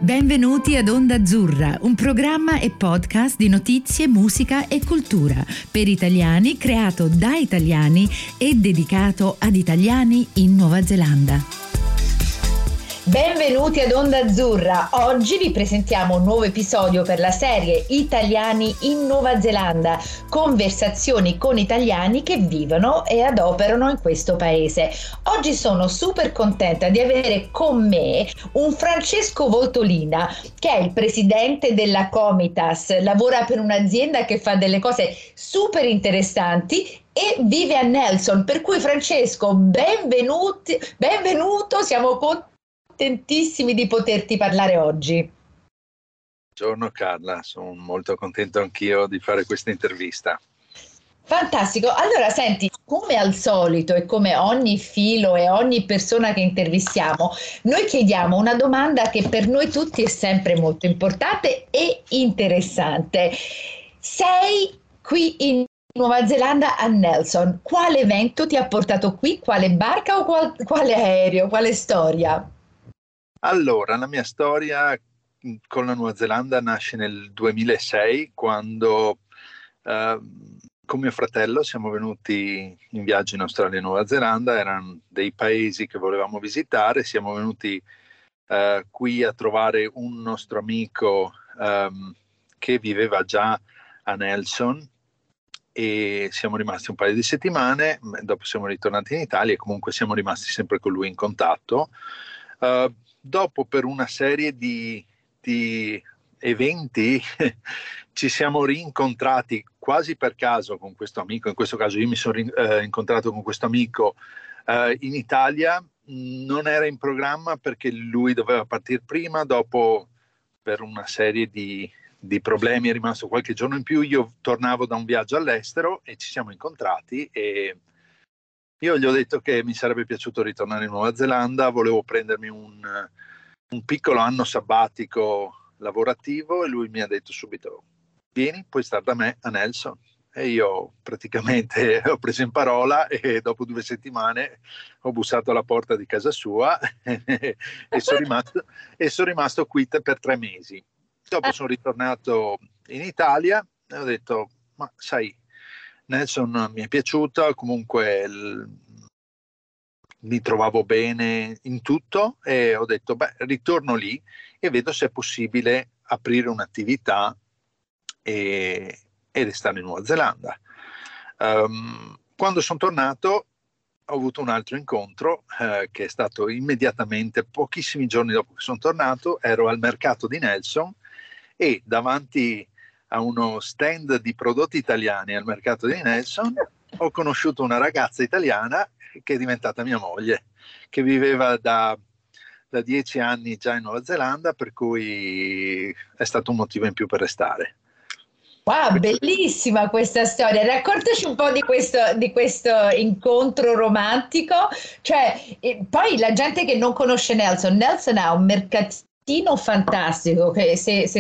Benvenuti ad Onda Azzurra, un programma e podcast di notizie, musica e cultura per italiani, creato da italiani e dedicato ad italiani in Nuova Zelanda. Benvenuti ad Onda Azzurra. Oggi vi presentiamo un nuovo episodio per la serie Italiani in Nuova Zelanda, conversazioni con italiani che vivono e adoperano in questo paese. Oggi sono super contenta di avere con me un Francesco Voltolina, che è il presidente della Comitas, lavora per un'azienda che fa delle cose super interessanti e vive a Nelson. Per cui Francesco, benvenuto, siamo contentissimi di poterti parlare oggi. Buongiorno Carla, sono molto contento anch'io di fare questa intervista. Fantastico, allora senti, come al solito e come ogni filo e ogni persona che intervistiamo, noi chiediamo una domanda che per noi tutti è sempre molto importante e interessante. Sei qui in Nuova Zelanda a Nelson, quale evento ti ha portato qui? Quale barca o quale aereo? Quale storia? Allora, la mia storia con la Nuova Zelanda nasce nel 2006 quando con mio fratello siamo venuti in viaggio in Australia e Nuova Zelanda, erano dei paesi che volevamo visitare, siamo venuti qui a trovare un nostro amico che viveva già a Nelson e siamo rimasti un paio di settimane, dopo siamo ritornati in Italia e comunque siamo rimasti sempre con lui in contatto. Dopo per una serie di eventi ci siamo rincontrati quasi per caso con questo amico, in questo caso io mi sono incontrato con questo amico in Italia, non era in programma perché lui doveva partire prima, dopo per una serie di problemi è rimasto qualche giorno in più, io tornavo da un viaggio all'estero e ci siamo incontrati e io gli ho detto che mi sarebbe piaciuto ritornare in Nuova Zelanda, volevo prendermi un piccolo anno sabbatico lavorativo e lui mi ha detto subito vieni, puoi stare da me a Nelson. E io praticamente ho preso in parola e dopo 2 settimane ho bussato alla porta di casa sua e sono rimasto qui per 3 mesi. Dopo sono ritornato in Italia e ho detto ma sai, Nelson mi è piaciuta, comunque mi trovavo bene in tutto e ho detto ritorno lì e vedo se è possibile aprire un'attività e restare in Nuova Zelanda. Quando sono tornato ho avuto un altro incontro che è stato immediatamente, pochissimi giorni dopo che sono tornato, ero al mercato di Nelson e davanti a uno stand di prodotti italiani al mercato di Nelson ho conosciuto una ragazza italiana che è diventata mia moglie, che viveva da 10 anni già in Nuova Zelanda, per cui è stato un motivo in più per restare. Wow, bellissima questa storia. Raccontaci un po' di questo incontro romantico. Cioè, poi la gente che non conosce Nelson ha un mercatino fantastico che se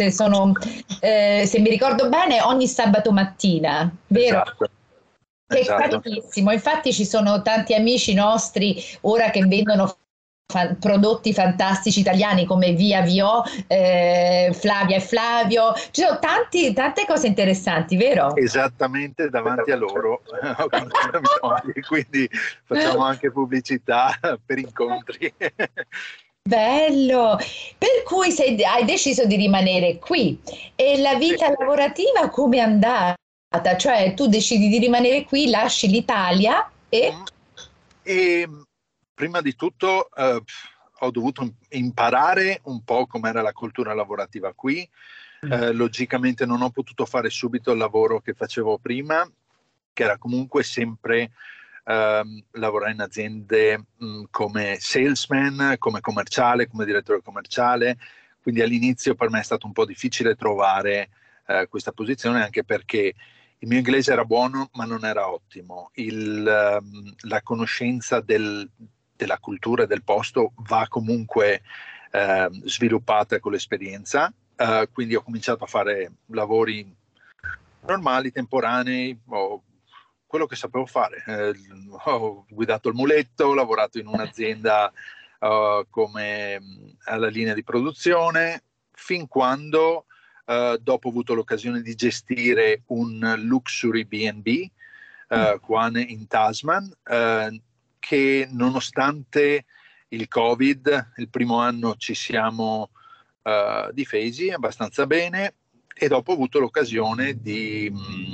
mi ricordo bene ogni sabato mattina, vero? Esatto. Che è Esatto. carinissimo, infatti ci sono tanti amici nostri ora che vendono prodotti fantastici italiani come Via Vio, Flavia e Flavio, ci sono tante cose interessanti, vero? Esattamente davanti a loro ho conosciuto mia moglie, quindi facciamo anche pubblicità per incontri. Bello, per cui hai deciso di rimanere qui e la vita lavorativa come è andata? Cioè tu decidi di rimanere qui, lasci l'Italia E prima di tutto ho dovuto imparare un po' com'era la cultura lavorativa qui. Logicamente non ho potuto fare subito il lavoro che facevo prima, che era comunque sempre lavorare in aziende come salesman, come commerciale, come direttore commerciale. Quindi all'inizio per me è stato un po' difficile trovare questa posizione, anche perché il mio inglese era buono, ma non era ottimo. La conoscenza della cultura e del posto va comunque sviluppata con l'esperienza. Quindi ho cominciato a fare lavori normali, temporanei, quello che sapevo fare. Ho guidato il muletto, ho lavorato in un'azienda come alla linea di produzione, fin quando dopo ho avuto l'occasione di gestire un luxury B&B qua in Tasman, che nonostante il Covid, il primo anno ci siamo difesi abbastanza bene, e dopo ho avuto l'occasione di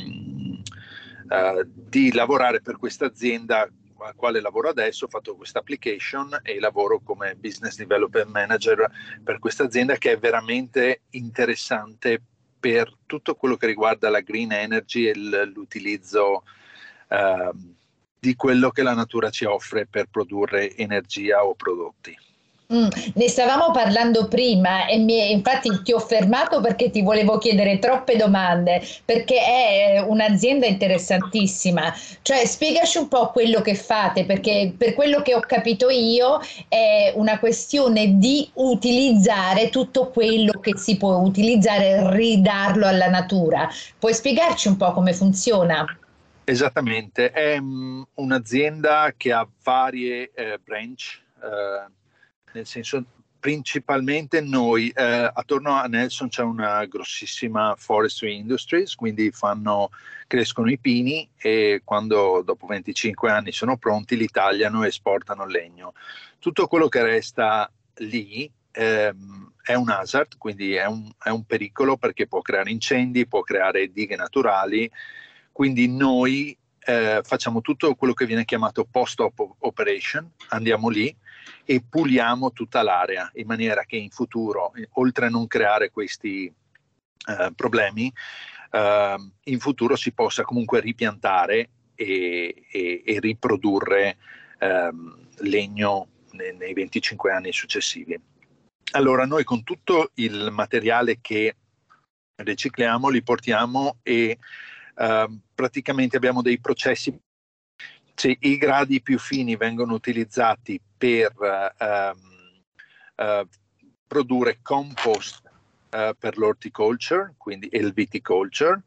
lavorare per questa azienda alla quale lavoro adesso. Ho fatto questa application e lavoro come business development manager per questa azienda, che è veramente interessante per tutto quello che riguarda la green energy e l'utilizzo di quello che la natura ci offre per produrre energia o prodotti. Ne stavamo parlando prima e infatti ti ho fermato perché ti volevo chiedere troppe domande, perché è un'azienda interessantissima. Cioè, spiegaci un po' quello che fate, perché per quello che ho capito io è una questione di utilizzare tutto quello che si può utilizzare e ridarlo alla natura. Puoi spiegarci un po' come funziona? Esattamente, è un'azienda che ha varie branch, nel senso, principalmente noi attorno a Nelson c'è una grossissima forestry industries, quindi crescono i pini, e quando dopo 25 anni sono pronti li tagliano e esportano legno. Tutto quello che resta lì è un hazard, quindi è un pericolo, perché può creare incendi, può creare dighe naturali. Quindi noi facciamo tutto quello che viene chiamato post-op operation, andiamo lì e puliamo tutta l'area, in maniera che in futuro, oltre a non creare questi problemi, in futuro si possa comunque ripiantare e riprodurre legno nei 25 anni successivi. Allora, noi con tutto il materiale che ricicliamo li portiamo e praticamente abbiamo dei processi. I gradi più fini vengono utilizzati per produrre compost per l'horticulture, quindi il viticulture.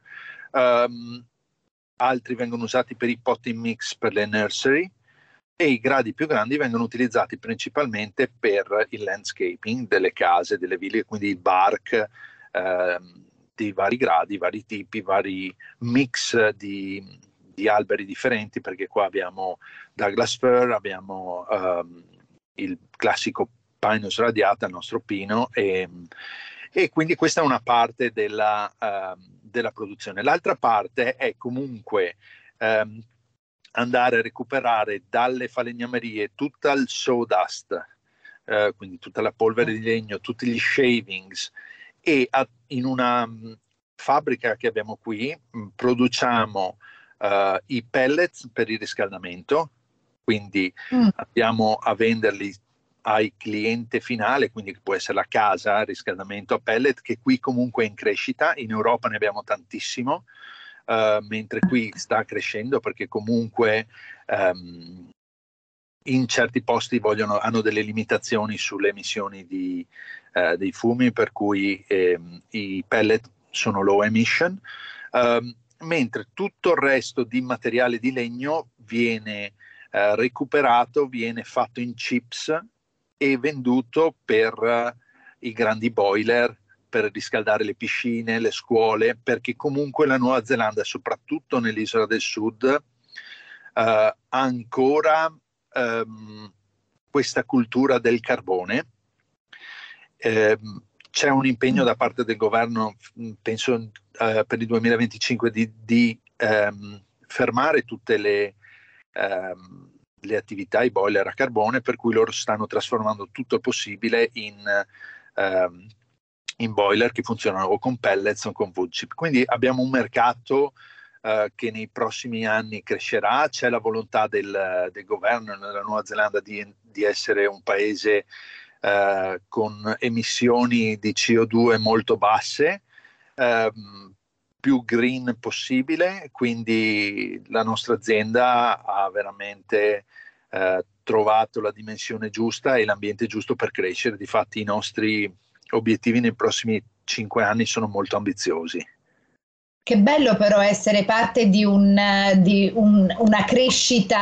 Altri vengono usati per i potting mix per le nursery, e i gradi più grandi vengono utilizzati principalmente per il landscaping delle case, delle ville, quindi il bark di vari gradi, vari tipi, vari mix di alberi differenti, perché qua abbiamo Douglas fir, abbiamo il classico Pinus radiata, il nostro pino, e quindi questa è una parte della produzione. L'altra parte è comunque andare a recuperare dalle falegnamerie tutta il sawdust, quindi tutta la polvere di legno, tutti gli shavings, e in una fabbrica che abbiamo qui produciamo i pellets per il riscaldamento, quindi andiamo a venderli al cliente finale, quindi può essere la casa, riscaldamento a pellet, che qui comunque è in crescita. In Europa ne abbiamo tantissimo, mentre qui sta crescendo, perché comunque in certi posti hanno delle limitazioni sulle emissioni dei fumi, per cui i pellet sono low emission, mentre tutto il resto di materiale di legno viene recuperato, viene fatto in chips e venduto per i grandi boiler, per riscaldare le piscine, le scuole, perché comunque la Nuova Zelanda, soprattutto nell'isola del sud, ha ancora questa cultura del carbone. C'è un impegno da parte del governo, penso per il 2025, di fermare tutte le attività, i boiler a carbone, per cui loro stanno trasformando tutto il possibile in boiler che funzionano o con pellets o con wood chip. Quindi abbiamo un mercato che nei prossimi anni crescerà. C'è la volontà del governo nella Nuova Zelanda di essere un paese con emissioni di CO2 molto basse, più green possibile. Quindi la nostra azienda ha veramente trovato la dimensione giusta e l'ambiente giusto per crescere. Difatti i nostri obiettivi nei prossimi 5 anni sono molto ambiziosi. Che bello però essere parte di una crescita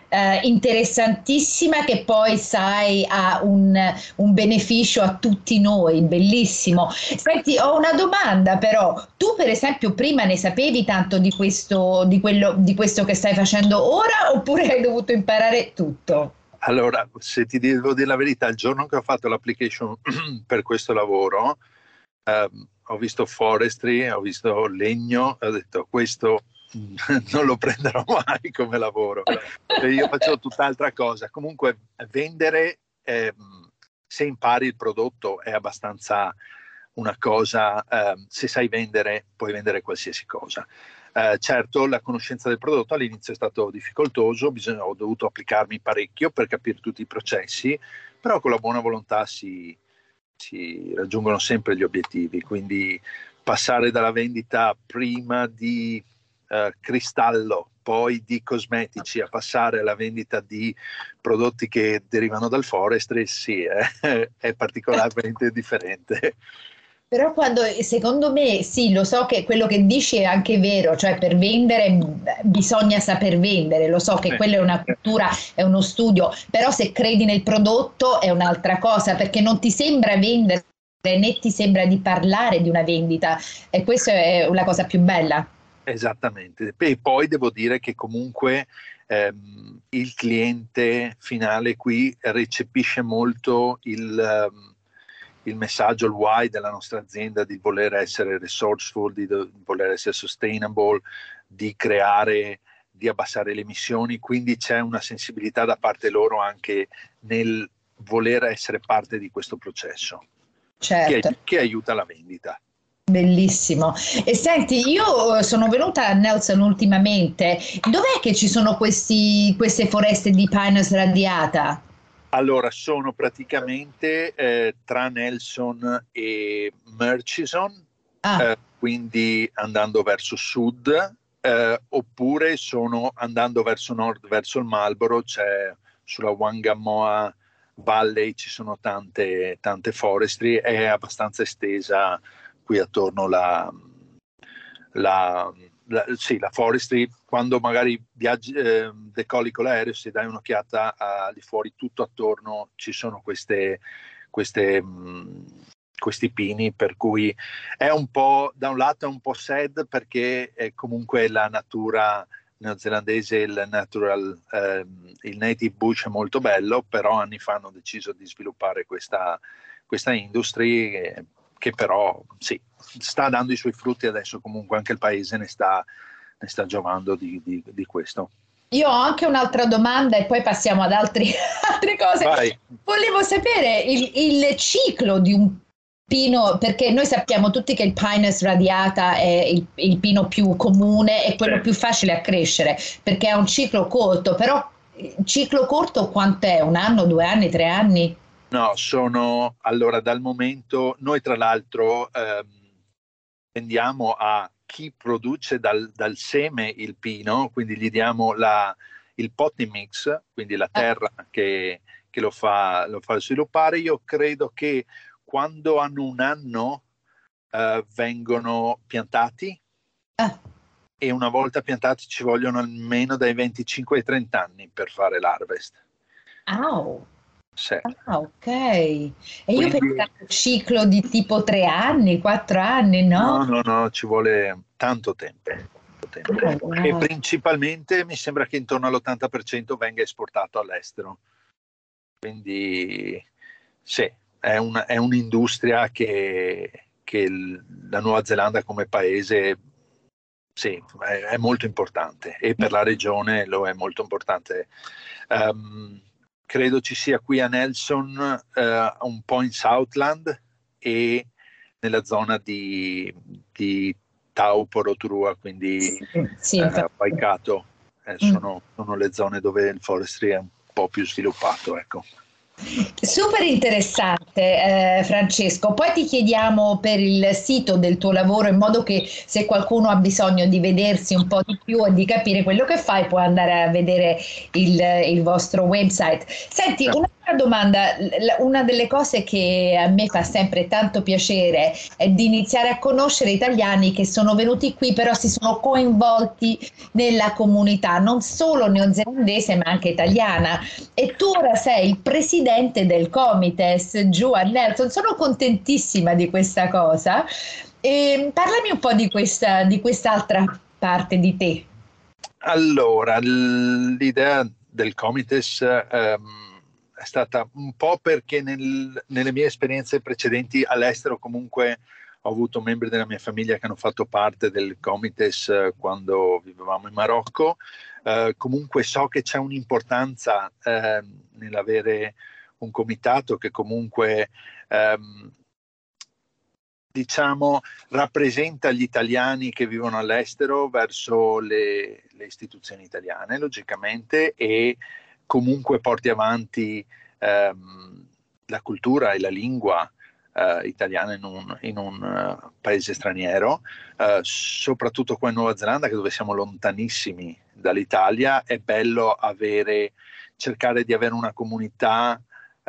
interessantissima, che poi sai ha un beneficio a tutti noi, bellissimo. Senti, ho una domanda però, tu per esempio prima ne sapevi tanto di questo, di questo che stai facendo ora, oppure hai dovuto imparare tutto? Allora, se ti devo dire la verità, il giorno che ho fatto l'application per questo lavoro, ho visto forestry, ho visto legno, ho detto questo non lo prenderò mai come lavoro. Io facevo tutt'altra cosa. Comunque vendere, se impari il prodotto, è abbastanza una cosa, se sai vendere, puoi vendere qualsiasi cosa. Certo, la conoscenza del prodotto all'inizio è stato difficoltoso, ho dovuto applicarmi parecchio per capire tutti i processi, però con la buona volontà si raggiungono sempre gli obiettivi. Quindi passare dalla vendita prima di cristallo, poi di cosmetici, a passare alla vendita di prodotti che derivano dal forestry, sì, è particolarmente differente. Però quando, secondo me, sì, lo so che quello che dici è anche vero, cioè per vendere bisogna saper vendere, lo so che quella è una cultura, è uno studio, però se credi nel prodotto è un'altra cosa, perché non ti sembra vendere né ti sembra di parlare di una vendita, e questa è la cosa più bella. Esattamente. E poi devo dire che comunque il cliente finale qui recepisce molto il messaggio, il why della nostra azienda, di voler essere resourceful, di voler essere sustainable, di creare, di abbassare le emissioni, quindi c'è una sensibilità da parte loro anche nel voler essere parte di questo processo, Certo. che aiuta la vendita. Bellissimo. E senti, io sono venuta a Nelson ultimamente. Dov'è che ci sono queste foreste di Pinus radiata? Allora, sono praticamente tra Nelson e Murchison, quindi andando verso sud, oppure sono andando verso nord, verso il Marlborough, c'è sulla Wangamoa Valley, ci sono tante forestry, è abbastanza estesa qui attorno la forestry. Quando magari viaggi, decolli con l'aereo, se dai un'occhiata lì fuori, tutto attorno ci sono questi pini, per cui è un po', da un lato è un po' sad, perché è comunque la natura neozelandese, il native bush è molto bello, però anni fa hanno deciso di sviluppare questa industria che però sì, sta dando i suoi frutti adesso. Comunque anche il paese ne sta giovando di questo. Io ho anche un'altra domanda e poi passiamo ad altre cose. Vai. Volevo sapere il ciclo di un pino, perché noi sappiamo tutti che il Pinus radiata è il pino più comune e quello più facile a crescere, perché ha un ciclo corto, però il ciclo corto quant'è? 1 anno, 2 anni, 3 anni? No, allora, dal momento, noi tra l'altro tendiamo a chi produce dal seme il pino, quindi gli diamo il potting mix, quindi la terra che lo fa sviluppare. Io credo che quando hanno 1 anno vengono piantati, e una volta piantati ci vogliono almeno dai 25 ai 30 anni per fare l'harvest. Sì. Ok. E io pensavo un ciclo di tipo 3 anni, 4 anni, no? No, ci vuole tanto tempo. Wow. E principalmente mi sembra che intorno all'80% venga esportato all'estero. Quindi sì, è un'industria che la Nuova Zelanda come paese, sì, è molto importante, e per la regione lo è molto importante. Credo ci sia qui a Nelson, un po' in Southland e nella zona di Taupo, Rotorua, quindi Waikato, sono le zone dove il forestry è un po' più sviluppato, ecco. Super interessante, Francesco. Poi ti chiediamo per il sito del tuo lavoro, in modo che se qualcuno ha bisogno di vedersi un po' di più e di capire quello che fai, può andare a vedere il vostro website. Senti, un'altra Una domanda, una delle cose che a me fa sempre tanto piacere è di iniziare a conoscere italiani che sono venuti qui, però si sono coinvolti nella comunità, non solo neozelandese ma anche italiana. E tu ora sei il presidente del Comites, Joan Nelson. Sono contentissima di questa cosa. E parlami un po' di quest'altra parte di te. Allora, l'idea del Comites è stata un po' perché nelle mie esperienze precedenti all'estero comunque ho avuto membri della mia famiglia che hanno fatto parte del Comites quando vivevamo in Marocco. Comunque so che c'è un'importanza nell'avere un comitato che comunque diciamo rappresenta gli italiani che vivono all'estero verso le istituzioni italiane, logicamente, e comunque porti avanti la cultura e la lingua italiana in un paese straniero, soprattutto qua in Nuova Zelanda, dove siamo lontanissimi dall'Italia. È bello cercare di avere una comunità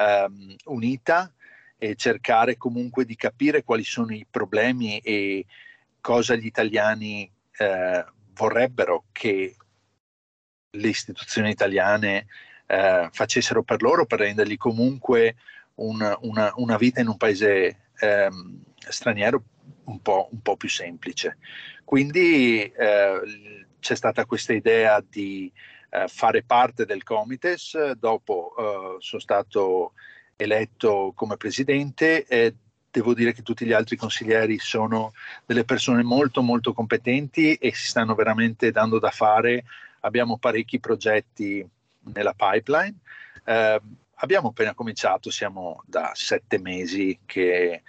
unita e cercare comunque di capire quali sono i problemi e cosa gli italiani vorrebbero che le istituzioni italiane facessero per loro, per rendergli comunque una vita in un paese straniero un po' più semplice. Quindi c'è stata questa idea di fare parte del Comites. Dopo sono stato eletto come presidente e devo dire che tutti gli altri consiglieri sono delle persone molto molto competenti e si stanno veramente dando da fare. Abbiamo parecchi progetti nella pipeline. Abbiamo appena cominciato, siamo da 7 mesi che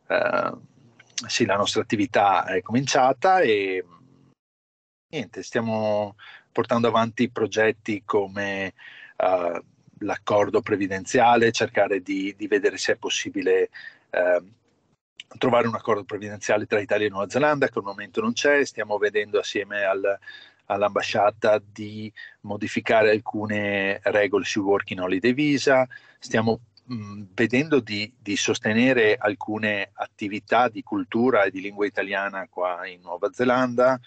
sì, la nostra attività è cominciata e niente, stiamo portando avanti progetti come l'accordo previdenziale, cercare di vedere se è possibile trovare un accordo previdenziale tra Italia e Nuova Zelanda, che al momento non c'è. Stiamo vedendo assieme all'ambasciata di modificare alcune regole sui working holiday visa. Stiamo vedendo di sostenere alcune attività di cultura e di lingua italiana qua in Nuova Zelanda.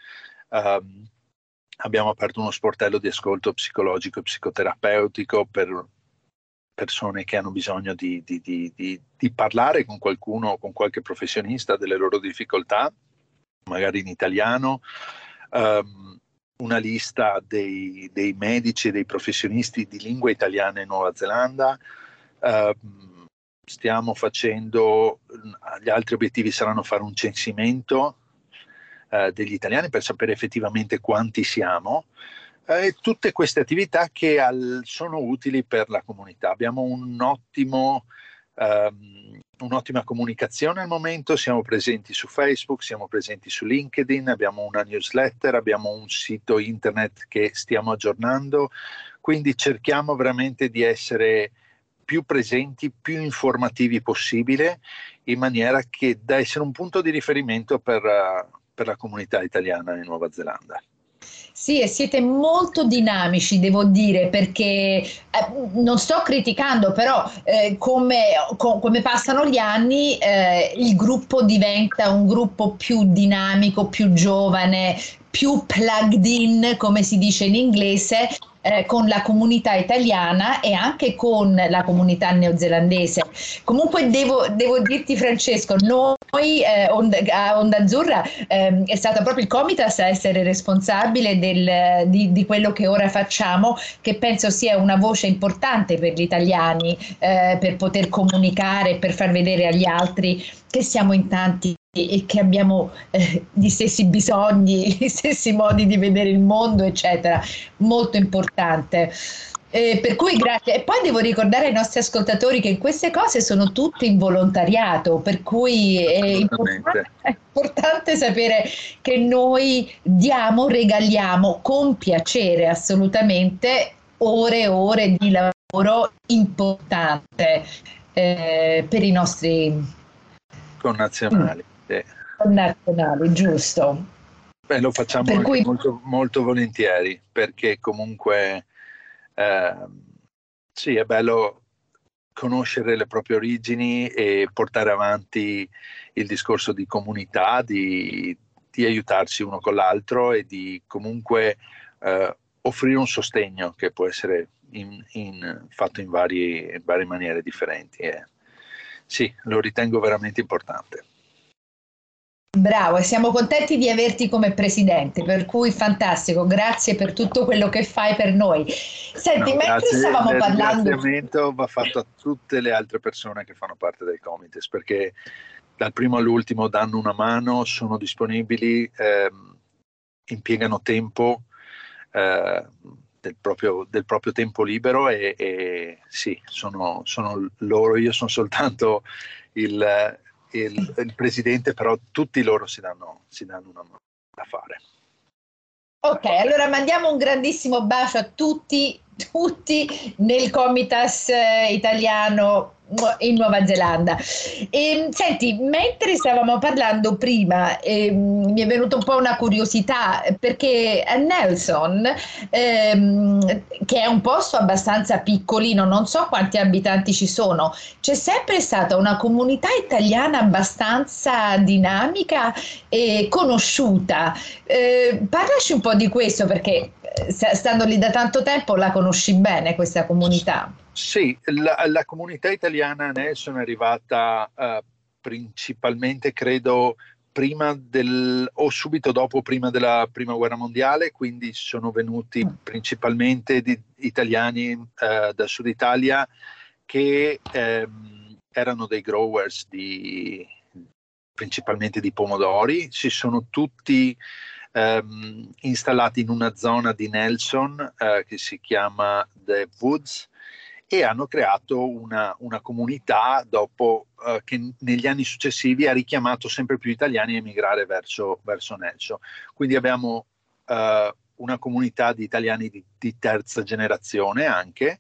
Abbiamo aperto uno sportello di ascolto psicologico e psicoterapeutico per persone che hanno bisogno di parlare con qualcuno, con qualche professionista delle loro difficoltà, magari in italiano. Una lista dei medici e dei professionisti di lingua italiana in Nuova Zelanda. Stiamo facendo, gli altri obiettivi saranno fare un censimento degli italiani per sapere effettivamente quanti siamo, e tutte queste attività che sono utili per la comunità. Abbiamo un'ottima comunicazione al momento, siamo presenti su Facebook, siamo presenti su LinkedIn, abbiamo una newsletter, abbiamo un sito internet che stiamo aggiornando, quindi cerchiamo veramente di essere più presenti, più informativi possibile, in maniera che da essere un punto di riferimento per la comunità italiana in Nuova Zelanda. Sì, e siete molto dinamici, devo dire, perché non sto criticando, però come passano gli anni, il gruppo diventa un gruppo più dinamico, più giovane, più plugged in, come si dice in inglese, con la comunità italiana e anche con la comunità neozelandese. Comunque devo dirti, Francesco, noi a Onda Azzurra è stata proprio il Comitas a essere responsabile di quello che ora facciamo, che penso sia una voce importante per gli italiani, per poter comunicare, per far vedere agli altri che siamo in tanti e che abbiamo gli stessi bisogni, gli stessi modi di vedere il mondo, eccetera. Molto importante. Per cui grazie. E poi devo ricordare ai nostri ascoltatori che queste cose sono tutte in volontariato, per cui è importante sapere che noi regaliamo con piacere assolutamente ore e ore di lavoro importante per i nostri connazionali. Nazionali, giusto. Beh, lo facciamo per anche cui molto, molto volentieri, perché comunque sì, è bello conoscere le proprie origini e portare avanti il discorso di comunità, di aiutarsi uno con l'altro e di comunque offrire un sostegno che può essere fatto in varie maniere differenti. Sì, lo ritengo veramente importante. Bravo, e siamo contenti di averti come presidente, per cui fantastico, grazie per tutto quello che fai per noi. Senti, mentre stavamo parlando... Il ringraziamento va fatto a tutte le altre persone che fanno parte del Comites, perché dal primo all'ultimo danno una mano, sono disponibili, impiegano tempo del proprio tempo libero e sì, sono loro, io sono soltanto il presidente, però tutti loro si danno una mano da fare. Ok, allora mandiamo un grandissimo bacio a tutti nel Comitas italiano in Nuova Zelanda. E, senti, mentre stavamo parlando prima, mi è venuta un po' una curiosità, perché a Nelson, che è un posto abbastanza piccolino, non so quanti abitanti ci sono, c'è sempre stata una comunità italiana abbastanza dinamica e conosciuta. Parlaci un po' di questo, perché stando lì da tanto tempo la conosci bene questa comunità. Sì, la comunità italiana a Nelson è arrivata principalmente, credo, o subito dopo, prima della Prima Guerra Mondiale, quindi sono venuti principalmente italiani dal sud Italia che erano dei growers principalmente di pomodori. Si sono tutti installati in una zona di Nelson che si chiama The Woods, e hanno creato una comunità dopo che negli anni successivi ha richiamato sempre più italiani a emigrare verso Nelson. Quindi abbiamo una comunità di italiani di terza generazione anche.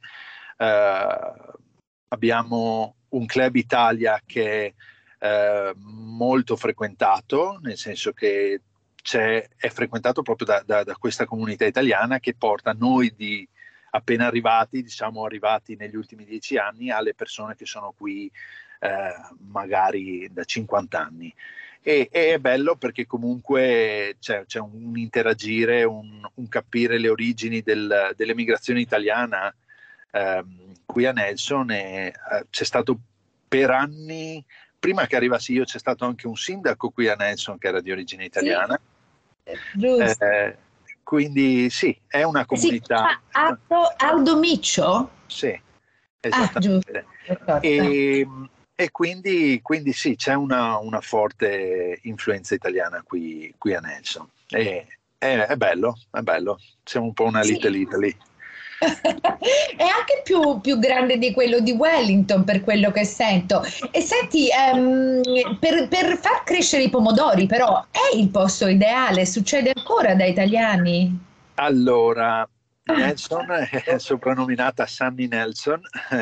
Abbiamo un Club Italia che è molto frequentato, nel senso che è frequentato proprio da questa comunità italiana che porta noi appena arrivati, diciamo arrivati negli ultimi 10 anni, alle persone che sono qui magari da 50 anni. E è bello perché comunque c'è un interagire, un capire le origini dell'emigrazione italiana qui a Nelson, e c'è stato per anni, prima che arrivassi io, c'è stato anche un sindaco qui a Nelson che era di origine italiana. Sì, giusto. Quindi sì, è una comunità. Sì, Aldo Miccio? Sì, esattamente. E quindi sì, c'è una forte influenza italiana qui a Nelson. È bello, siamo un po' una Little Italy. È anche più grande di quello di Wellington, per quello che sento. E senti, per far crescere i pomodori, però, è il posto ideale? Succede ancora da italiani? Allora, Nelson è soprannominata Sunny Nelson.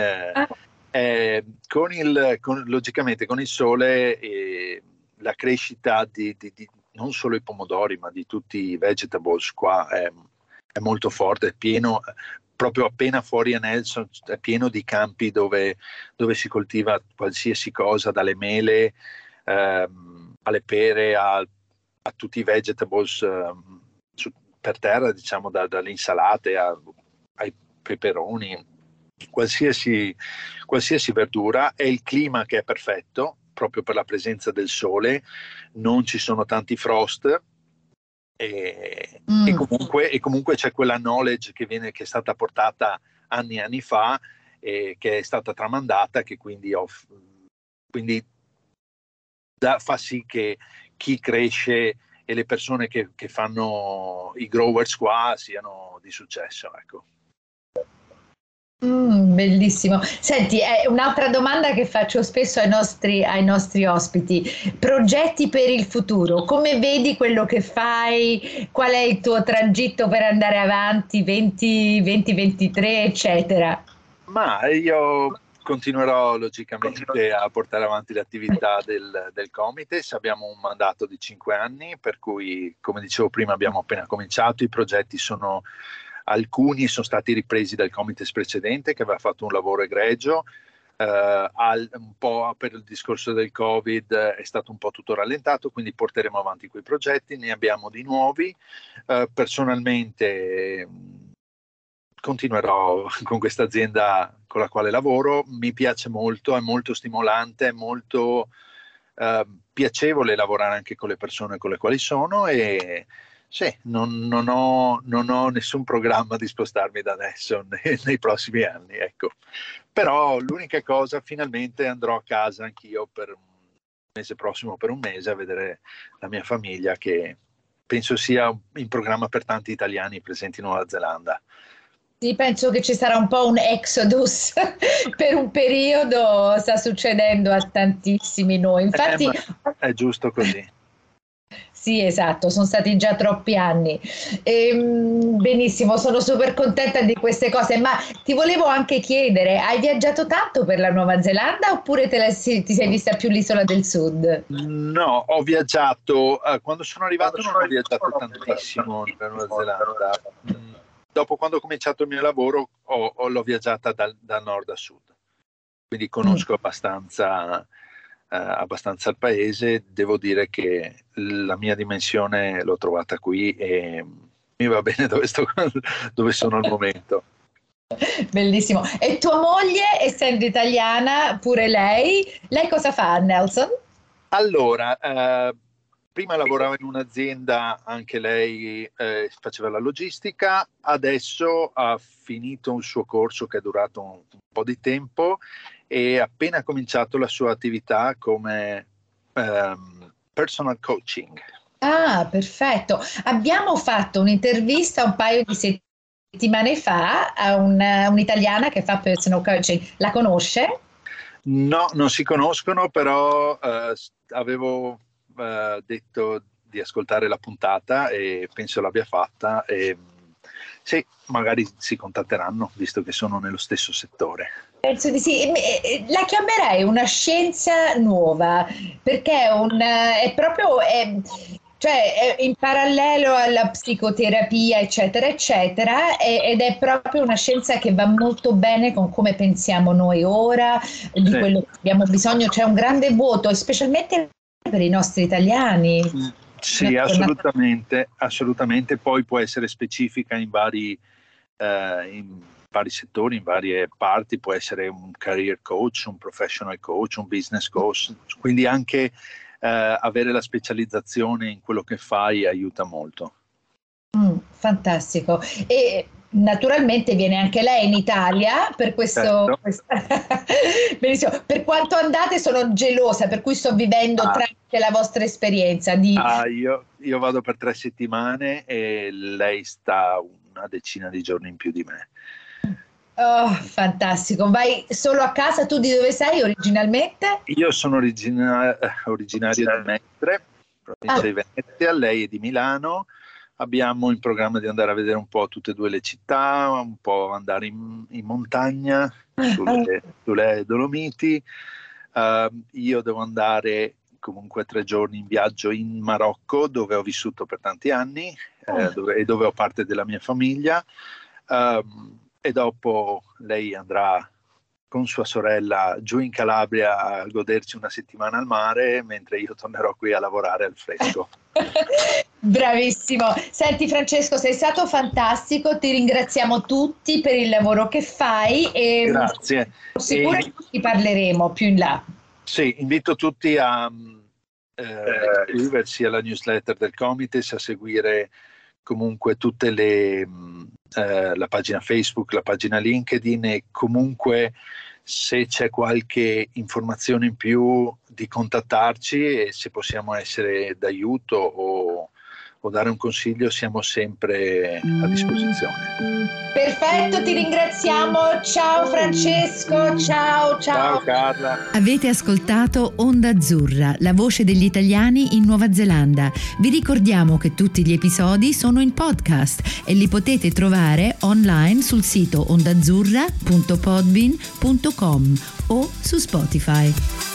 Logicamente con il sole la crescita di non solo i pomodori, ma di tutti i vegetables qua è molto forte, è pieno. Proprio appena fuori a Nelson è pieno di campi dove si coltiva qualsiasi cosa, dalle mele alle pere a tutti i vegetables per terra, diciamo, dalle insalate ai peperoni, qualsiasi verdura. È il clima che è perfetto proprio per la presenza del sole, non ci sono tanti frost. E comunque c'è quella knowledge che è stata portata anni e anni fa e che è stata tramandata, che quindi fa sì che chi cresce e le persone che fanno i growers qua siano di successo, ecco. Bellissimo. Senti, è un'altra domanda che faccio spesso ai nostri ospiti. Progetti per il futuro, come vedi quello che fai? Qual è il tuo tragitto per andare avanti, 2023, eccetera? Ma io continuerò logicamente a portare avanti le attività del Comites. Abbiamo un mandato di 5 anni, per cui, come dicevo prima, abbiamo appena cominciato. I progetti alcuni sono stati ripresi dal Comites precedente, che aveva fatto un lavoro egregio. un po' per il discorso del Covid è stato un po' tutto rallentato, quindi porteremo avanti quei progetti, ne abbiamo di nuovi. Personalmente continuerò con questa azienda con la quale lavoro, mi piace molto, è molto stimolante, è molto piacevole lavorare anche con le persone con le quali sono, e sì, non ho nessun programma di spostarmi da adesso nei prossimi anni, ecco. Però l'unica cosa, finalmente andrò a casa anch'io per il mese prossimo, per un mese, a vedere la mia famiglia, che penso sia in programma per tanti italiani presenti in Nuova Zelanda. Sì, penso che ci sarà un po' un exodus per un periodo, sta succedendo a tantissimi noi. Infatti è giusto così. Sì, esatto, sono stati già troppi anni. Benissimo, sono super contenta di queste cose, ma ti volevo anche chiedere, hai viaggiato tanto per la Nuova Zelanda oppure ti sei vista più l'isola del sud? No, ho viaggiato, quando sono arrivato non ho viaggiato tantissimo nella Nuova Zelanda. Dopo, quando ho cominciato il mio lavoro, l'ho viaggiata da nord a sud, quindi conosco abbastanza il paese. Devo dire che la mia dimensione l'ho trovata qui e mi va bene dove sono al momento. Bellissimo. E tua moglie, essendo italiana, pure lei cosa fa, Nelson? Allora, prima lavorava in un'azienda, anche lei faceva la logistica, adesso ha finito un suo corso che è durato un po' di tempo e ha appena cominciato la sua attività come personal coaching. Ah, perfetto. Abbiamo fatto un'intervista un paio di settimane fa a un'italiana che fa personal coaching. La conosce? No, non si conoscono, però avevo detto di ascoltare la puntata e penso l'abbia fatta, e sì, magari si contatteranno visto che sono nello stesso settore. Penso di sì. La chiamerei una scienza nuova, perché è proprio cioè è in parallelo alla psicoterapia, eccetera, eccetera, ed è proprio una scienza che va molto bene con come pensiamo noi ora, di quello che abbiamo bisogno. C'è un grande vuoto, specialmente per i nostri italiani. Sì, assolutamente. Poi può essere specifica in vari settori, in varie parti. Può essere un career coach, un professional coach, un business coach, quindi anche avere la specializzazione in quello che fai aiuta molto. Fantastico. E naturalmente viene anche lei in Italia per questo. Benissimo. Per quanto andate sono gelosa, per cui sto vivendo tramite la vostra esperienza. Io vado per 3 settimane e lei sta una decina di giorni in più di me. Oh, fantastico. Vai solo a casa? Tu di dove sei originalmente? Io sono originario di Mestre, provincia di Venezia, lei è di Milano. Abbiamo in programma di andare a vedere un po' tutte e due le città, un po' andare in montagna, sulle Dolomiti. Io devo andare comunque 3 giorni in viaggio in Marocco, dove ho vissuto per tanti anni, dove ho parte della mia famiglia. E dopo lei andrà con sua sorella giù in Calabria a goderci una settimana al mare, mentre io tornerò qui a lavorare al fresco. Bravissimo. Senti Francesco, sei stato fantastico, ti ringraziamo tutti per il lavoro che fai e grazie. Sicuro che ti parleremo più in là. Sì, invito tutti a iscriversi alla newsletter del Comites, a seguire comunque tutte la pagina Facebook, la pagina LinkedIn, e comunque se c'è qualche informazione in più di contattarci, e se possiamo essere d'aiuto o dare un consiglio siamo sempre a disposizione. Perfetto, ti ringraziamo. Ciao Francesco, ciao. Ciao Carla. Avete ascoltato Onda Azzurra, la voce degli italiani in Nuova Zelanda. Vi ricordiamo che tutti gli episodi sono in podcast e li potete trovare online sul sito ondaazzurra.podbean.com o su Spotify.